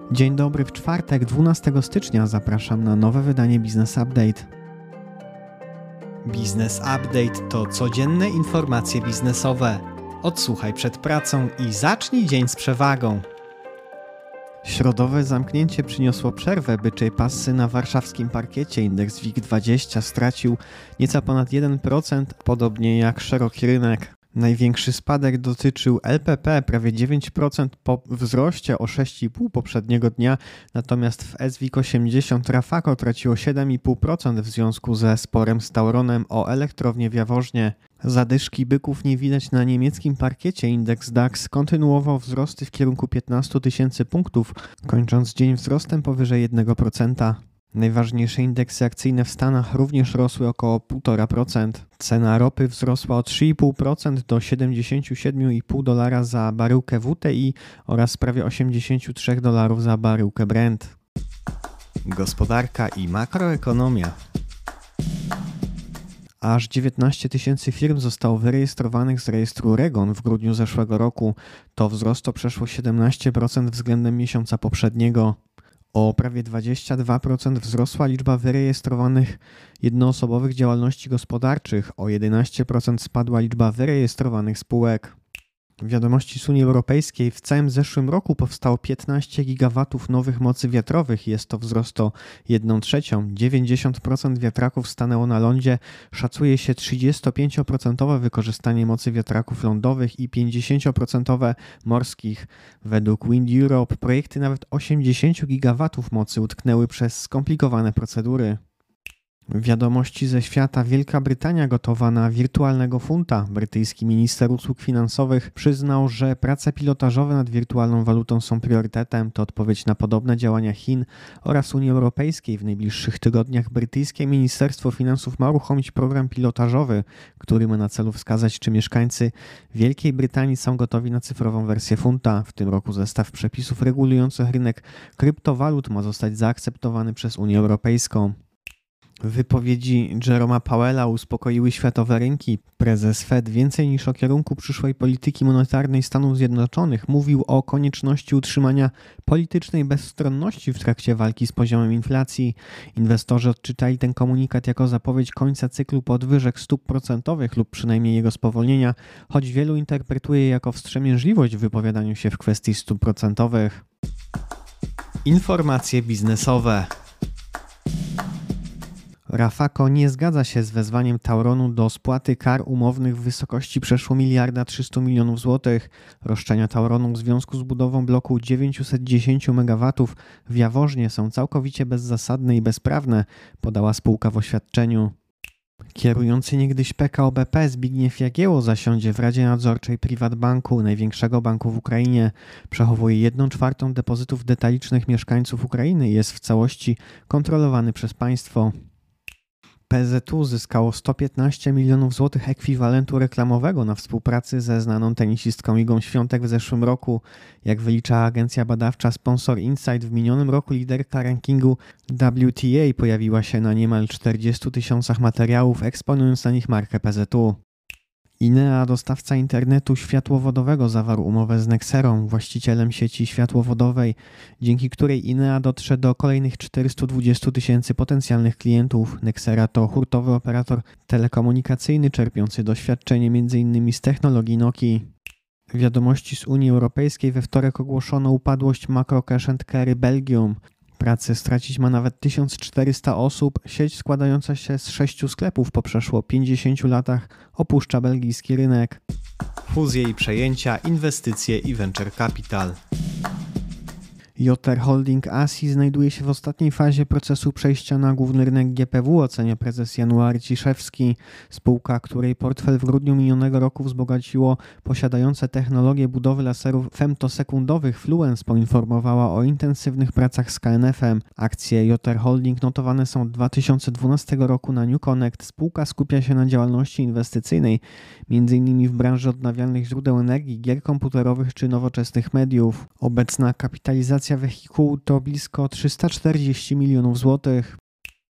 Dzień dobry, w czwartek 12 stycznia zapraszam na nowe wydanie Business Update. Business Update to codzienne informacje biznesowe. Odsłuchaj przed pracą i zacznij dzień z przewagą. Środowe zamknięcie przyniosło przerwę byczej passy na warszawskim parkiecie. Indeks WIG20 stracił nieco ponad 1%, podobnie jak szeroki rynek. Największy spadek dotyczył LPP, prawie 9% po wzroście o 6,5% poprzedniego dnia, natomiast w SWIG 80 Rafako traciło 7,5% w związku ze sporem z Tauronem o elektrownię w Jaworznie. Zadyszki byków nie widać na niemieckim parkiecie. Indeks DAX kontynuował wzrosty w kierunku 15 000 punktów, kończąc dzień wzrostem powyżej 1%. Najważniejsze indeksy akcyjne w Stanach również rosły około 1,5%. Cena ropy wzrosła o 3,5% do $77,5 za baryłkę WTI oraz prawie $83 za baryłkę Brent. Gospodarka i makroekonomia. Aż 19 000 firm zostało wyrejestrowanych z rejestru REGON w grudniu zeszłego roku. To wzrost o przeszło 17% względem miesiąca poprzedniego. O prawie 22% wzrosła liczba wyrejestrowanych jednoosobowych działalności gospodarczych, o 11% spadła liczba wyrejestrowanych spółek. Wiadomości z Unii Europejskiej: w całym zeszłym roku powstało 15 gigawatów nowych mocy wiatrowych. Jest to wzrost o 1/3. 90% wiatraków stanęło na lądzie. Szacuje się 35% wykorzystanie mocy wiatraków lądowych i 50% morskich. Według Wind Europe projekty nawet 80 gigawatów mocy utknęły przez skomplikowane procedury. Wiadomości ze świata: Wielka Brytania gotowa na wirtualnego funta. Brytyjski minister usług finansowych przyznał, że prace pilotażowe nad wirtualną walutą są priorytetem. To odpowiedź na podobne działania Chin oraz Unii Europejskiej. W najbliższych tygodniach brytyjskie Ministerstwo Finansów ma uruchomić program pilotażowy, który ma na celu wskazać, czy mieszkańcy Wielkiej Brytanii są gotowi na cyfrową wersję funta. W tym roku zestaw przepisów regulujących rynek kryptowalut ma zostać zaakceptowany przez Unię Europejską. Wypowiedzi Jeroma Powella uspokoiły światowe rynki. Prezes Fed więcej niż o kierunku przyszłej polityki monetarnej Stanów Zjednoczonych mówił o konieczności utrzymania politycznej bezstronności w trakcie walki z poziomem inflacji. Inwestorzy odczytali ten komunikat jako zapowiedź końca cyklu podwyżek stóp procentowych lub przynajmniej jego spowolnienia, choć wielu interpretuje je jako wstrzemięźliwość w wypowiadaniu się w kwestii stóp procentowych. Informacje biznesowe. Rafako nie zgadza się z wezwaniem Tauronu do spłaty kar umownych w wysokości przeszło 1,3 mld złotych. Roszczenia Tauronu w związku z budową bloku 910 MW w Jaworznie są całkowicie bezzasadne i bezprawne, podała spółka w oświadczeniu. Kierujący niegdyś PKO BP Zbigniew Jagiełło zasiądzie w Radzie Nadzorczej PrivatBanku, największego banku w Ukrainie. Przechowuje 1/4 depozytów detalicznych mieszkańców Ukrainy i jest w całości kontrolowany przez państwo. PZU zyskało 115 milionów złotych ekwiwalentu reklamowego na współpracy ze znaną tenisistką Igą Świątek w zeszłym roku. Jak wylicza agencja badawcza Sponsor Insight, w minionym roku liderka rankingu WTA pojawiła się na niemal 40 000 materiałów, eksponując na nich markę PZU. Inea, dostawca internetu światłowodowego, zawarł umowę z Nexerą, właścicielem sieci światłowodowej, dzięki której Inea dotrze do kolejnych 420 000 potencjalnych klientów. Nexera to hurtowy operator telekomunikacyjny czerpiący doświadczenie m.in. z technologii Nokii. Wiadomości z Unii Europejskiej: we wtorek ogłoszono upadłość Makro Cash & Carry Belgium. Pracę stracić ma nawet 1400 osób. Sieć składająca się z 6 sklepów po przeszło 50 latach opuszcza belgijski rynek. Fuzje i przejęcia, inwestycje i venture capital. JR Holding ASI znajduje się w ostatniej fazie procesu przejścia na główny rynek GPW, ocenia prezes January Ciszewski. Spółka, której portfel w grudniu minionego roku wzbogaciło posiadające technologię budowy laserów femtosekundowych Fluence, poinformowała o intensywnych pracach z KNF-em. Akcje JR Holding notowane są od 2012 roku na New Connect. Spółka skupia się na działalności inwestycyjnej, m.in. w branży odnawialnych źródeł energii, gier komputerowych czy nowoczesnych mediów. Obecna kapitalizacja wehikułu to blisko 340 milionów złotych.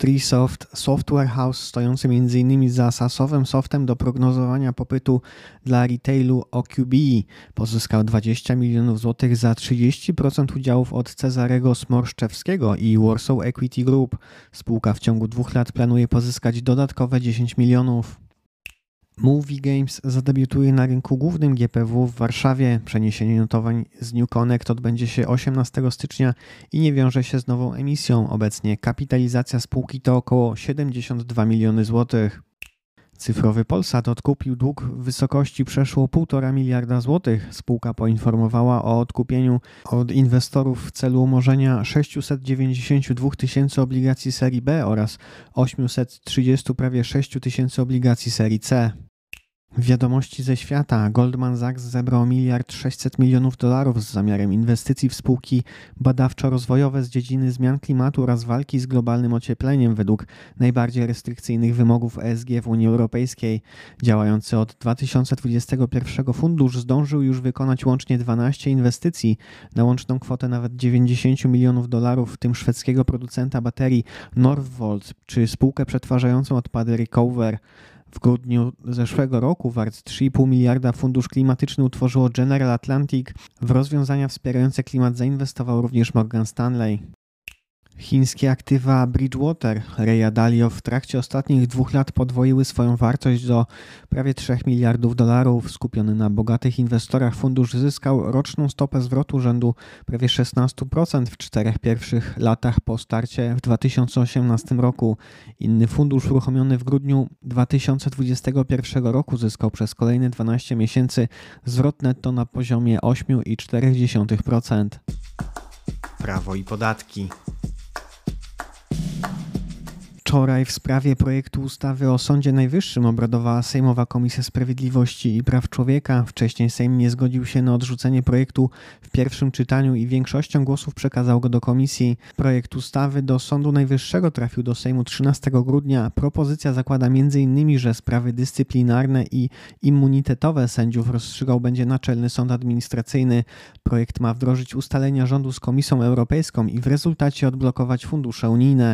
Treesoft, software house stojący m.in. za SaaSowym softem do prognozowania popytu dla retailu OQB, pozyskał 20 milionów złotych za 30% udziałów od Cezarego Smorszczewskiego i Warsaw Equity Group. Spółka w ciągu 2 lat planuje pozyskać dodatkowe 10 milionów. Movie Games zadebiutuje na rynku głównym GPW w Warszawie. Przeniesienie notowań z New Connect odbędzie się 18 stycznia i nie wiąże się z nową emisją. Obecnie kapitalizacja spółki to około 72 miliony złotych. Cyfrowy Polsat odkupił dług w wysokości przeszło 1,5 miliarda złotych. Spółka poinformowała o odkupieniu od inwestorów w celu umorzenia 692 tysięcy obligacji serii B oraz 830 prawie 6 tysięcy obligacji serii C. Wiadomości ze świata. Goldman Sachs zebrał $1,600 milionów z zamiarem inwestycji w spółki badawczo-rozwojowe z dziedziny zmian klimatu oraz walki z globalnym ociepleniem według najbardziej restrykcyjnych wymogów ESG w Unii Europejskiej. Działający od 2021 fundusz zdążył już wykonać łącznie 12 inwestycji na łączną kwotę nawet $90 milionów, w tym szwedzkiego producenta baterii Northvolt czy spółkę przetwarzającą odpady Recover. W grudniu zeszłego roku wart 3,5 miliarda fundusz klimatyczny utworzyło General Atlantic. W rozwiązania wspierające klimat zainwestował również Morgan Stanley. Chińskie aktywa Bridgewater, Raya Dalio w trakcie ostatnich 2 lat podwoiły swoją wartość do prawie $3 miliardów. Skupiony na bogatych inwestorach fundusz zyskał roczną stopę zwrotu rzędu prawie 16% w 4 pierwszych latach po starcie w 2018 roku. Inny fundusz uruchomiony w grudniu 2021 roku zyskał przez kolejne 12 miesięcy zwrot netto na poziomie 8,4%. Prawo i podatki. Wczoraj w sprawie projektu ustawy o Sądzie Najwyższym obradowała Sejmowa Komisja Sprawiedliwości i Praw Człowieka. Wcześniej Sejm nie zgodził się na odrzucenie projektu w pierwszym czytaniu i większością głosów przekazał go do komisji. Projekt ustawy do Sądu Najwyższego trafił do Sejmu 13 grudnia. Propozycja zakłada m.in., że sprawy dyscyplinarne i immunitetowe sędziów rozstrzygał będzie Naczelny Sąd Administracyjny. Projekt ma wdrożyć ustalenia rządu z Komisją Europejską i w rezultacie odblokować fundusze unijne.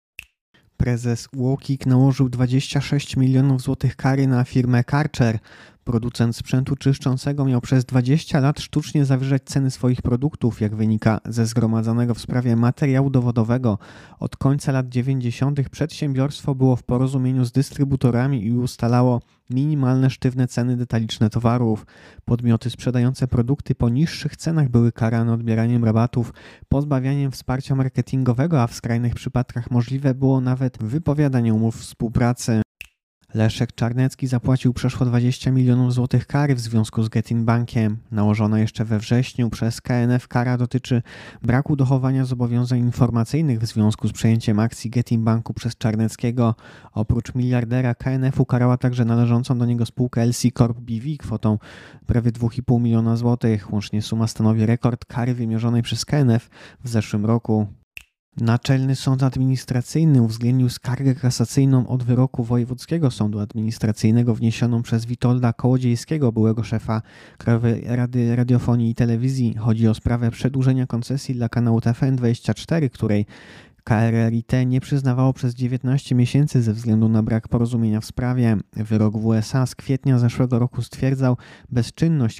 Prezes UOKiK nałożył 26 milionów złotych kary na firmę Karcher. Producent sprzętu czyszczącego miał przez 20 lat sztucznie zawyżać ceny swoich produktów, jak wynika ze zgromadzonego w sprawie materiału dowodowego. Od końca lat 90. przedsiębiorstwo było w porozumieniu z dystrybutorami i ustalało minimalne sztywne ceny detaliczne towarów. Podmioty sprzedające produkty po niższych cenach były karane odbieraniem rabatów, pozbawianiem wsparcia marketingowego, a w skrajnych przypadkach możliwe było nawet wypowiadanie umów współpracy. Leszek Czarnecki zapłacił przeszło 20 milionów złotych kary w związku z Getin Bankiem. Nałożona jeszcze we wrześniu przez KNF kara dotyczy braku dochowania zobowiązań informacyjnych w związku z przejęciem akcji Getin Banku przez Czarneckiego. Oprócz miliardera KNF ukarała także należącą do niego spółkę LC Corp BV kwotą prawie 2,5 miliona złotych. Łącznie suma stanowi rekord kary wymierzonej przez KNF w zeszłym roku. Naczelny Sąd Administracyjny uwzględnił skargę kasacyjną od wyroku Wojewódzkiego Sądu Administracyjnego wniesioną przez Witolda Kołodziejskiego, byłego szefa Krajowej Rady Radiofonii i Telewizji. Chodzi o sprawę przedłużenia koncesji dla kanału TVN24, której KRRiT nie przyznawało przez 19 miesięcy ze względu na brak porozumienia w sprawie. Wyrok WSA z kwietnia zeszłego roku stwierdzał bezczynność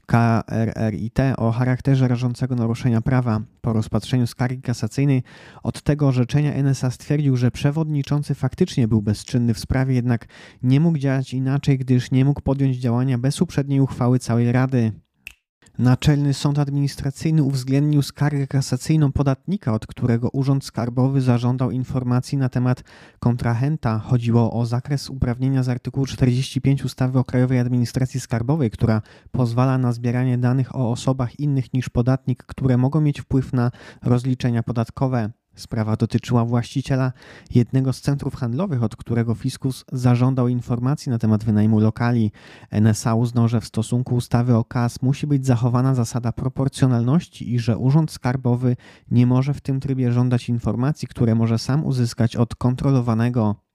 KRRiT o charakterze rażącego naruszenia prawa. Po rozpatrzeniu skargi kasacyjnej od tego orzeczenia NSA stwierdził, że przewodniczący faktycznie był bezczynny w sprawie, jednak nie mógł działać inaczej, gdyż nie mógł podjąć działania bez uprzedniej uchwały całej Rady. Naczelny Sąd Administracyjny uwzględnił skargę kasacyjną podatnika, od którego Urząd Skarbowy zażądał informacji na temat kontrahenta. Chodziło o zakres uprawnienia z artykułu 45 ustawy o Krajowej Administracji Skarbowej, która pozwala na zbieranie danych o osobach innych niż podatnik, które mogą mieć wpływ na rozliczenia podatkowe. Sprawa dotyczyła właściciela jednego z centrów handlowych, od którego fiskus zażądał informacji na temat wynajmu lokali. NSA uznał, że w stosunku ustawy o KAS musi być zachowana zasada proporcjonalności i że Urząd Skarbowy nie może w tym trybie żądać informacji, które może sam uzyskać od kontrolowanego.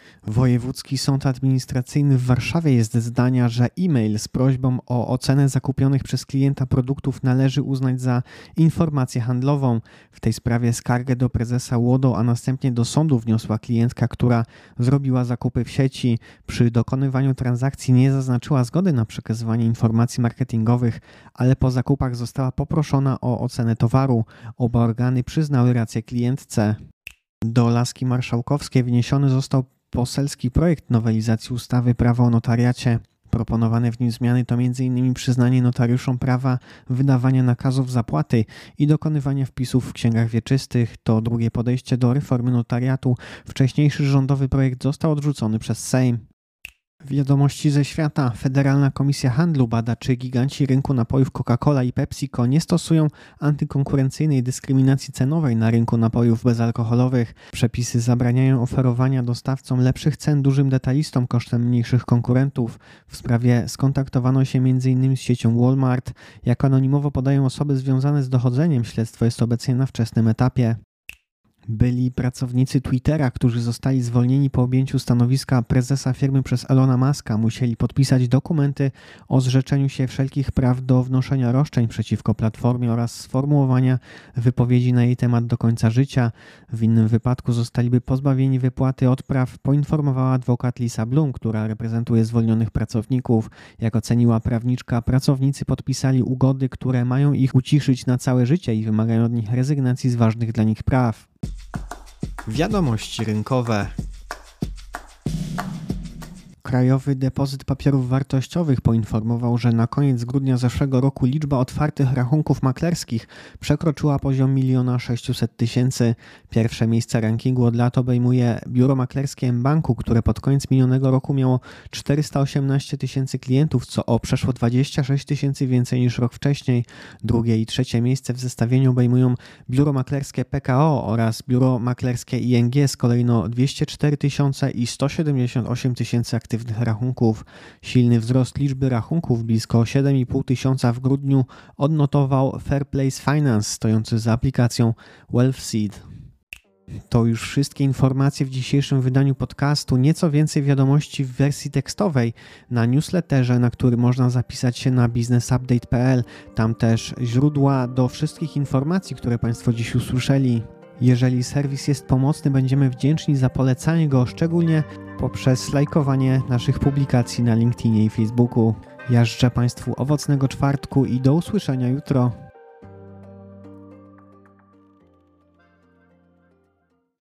Wojewódzki Sąd Administracyjny w Warszawie jest zdania, że e-mail z prośbą o ocenę zakupionych przez klienta produktów należy uznać za informację handlową. W tej sprawie skargę do prezesa UODO, a następnie do sądu wniosła klientka, która zrobiła zakupy w sieci. Przy dokonywaniu transakcji nie zaznaczyła zgody na przekazywanie informacji marketingowych, ale po zakupach została poproszona o ocenę towaru. Oba organy przyznały rację klientce. Do laski marszałkowskiej wniesiony został poselski projekt nowelizacji ustawy Prawo o notariacie. Proponowane w nim zmiany to m.in. przyznanie notariuszom prawa wydawania nakazów zapłaty i dokonywania wpisów w księgach wieczystych. To drugie podejście do reformy notariatu. Wcześniejszy rządowy projekt został odrzucony przez Sejm. Wiadomości ze świata. Federalna Komisja Handlu bada, czy giganci rynku napojów Coca-Cola i PepsiCo nie stosują antykonkurencyjnej dyskryminacji cenowej na rynku napojów bezalkoholowych. Przepisy zabraniają oferowania dostawcom lepszych cen dużym detalistom kosztem mniejszych konkurentów. W sprawie skontaktowano się m.in. z siecią Walmart. Jak anonimowo podają osoby związane z dochodzeniem, śledztwo jest obecnie na wczesnym etapie. Byli pracownicy Twittera, którzy zostali zwolnieni po objęciu stanowiska prezesa firmy przez Elona Muska, musieli podpisać dokumenty o zrzeczeniu się wszelkich praw do wnoszenia roszczeń przeciwko platformie oraz sformułowania wypowiedzi na jej temat do końca życia. W innym wypadku zostaliby pozbawieni wypłaty odpraw, poinformowała adwokat Lisa Bloom, która reprezentuje zwolnionych pracowników. Jak oceniła prawniczka, pracownicy podpisali ugody, które mają ich uciszyć na całe życie i wymagają od nich rezygnacji z ważnych dla nich praw. Wiadomości rynkowe. Krajowy Depozyt Papierów Wartościowych poinformował, że na koniec grudnia zeszłego roku liczba otwartych rachunków maklerskich przekroczyła poziom 1 600 000. Pierwsze miejsce rankingu od lat obejmuje biuro maklerskie mBanku, które pod koniec minionego roku miało 418 000 klientów, co o przeszło 26 000 więcej niż rok wcześniej. Drugie i trzecie miejsce w zestawieniu obejmują biuro maklerskie PKO oraz biuro maklerskie ING z kolejno 204 000 i 178 000 aktywnych rachunków. Silny wzrost liczby rachunków, blisko 7,5 tysiąca w grudniu, odnotował Fairplace Finance, stojący za aplikacją Wealthseed. To już wszystkie informacje w dzisiejszym wydaniu podcastu. Nieco więcej wiadomości w wersji tekstowej na newsletterze, na który można zapisać się na businessupdate.pl. Tam też źródła do wszystkich informacji, które Państwo dziś usłyszeli. Jeżeli serwis jest pomocny, będziemy wdzięczni za polecanie go, szczególnie poprzez lajkowanie naszych publikacji na LinkedInie i Facebooku. Ja życzę Państwu owocnego czwartku i do usłyszenia jutro.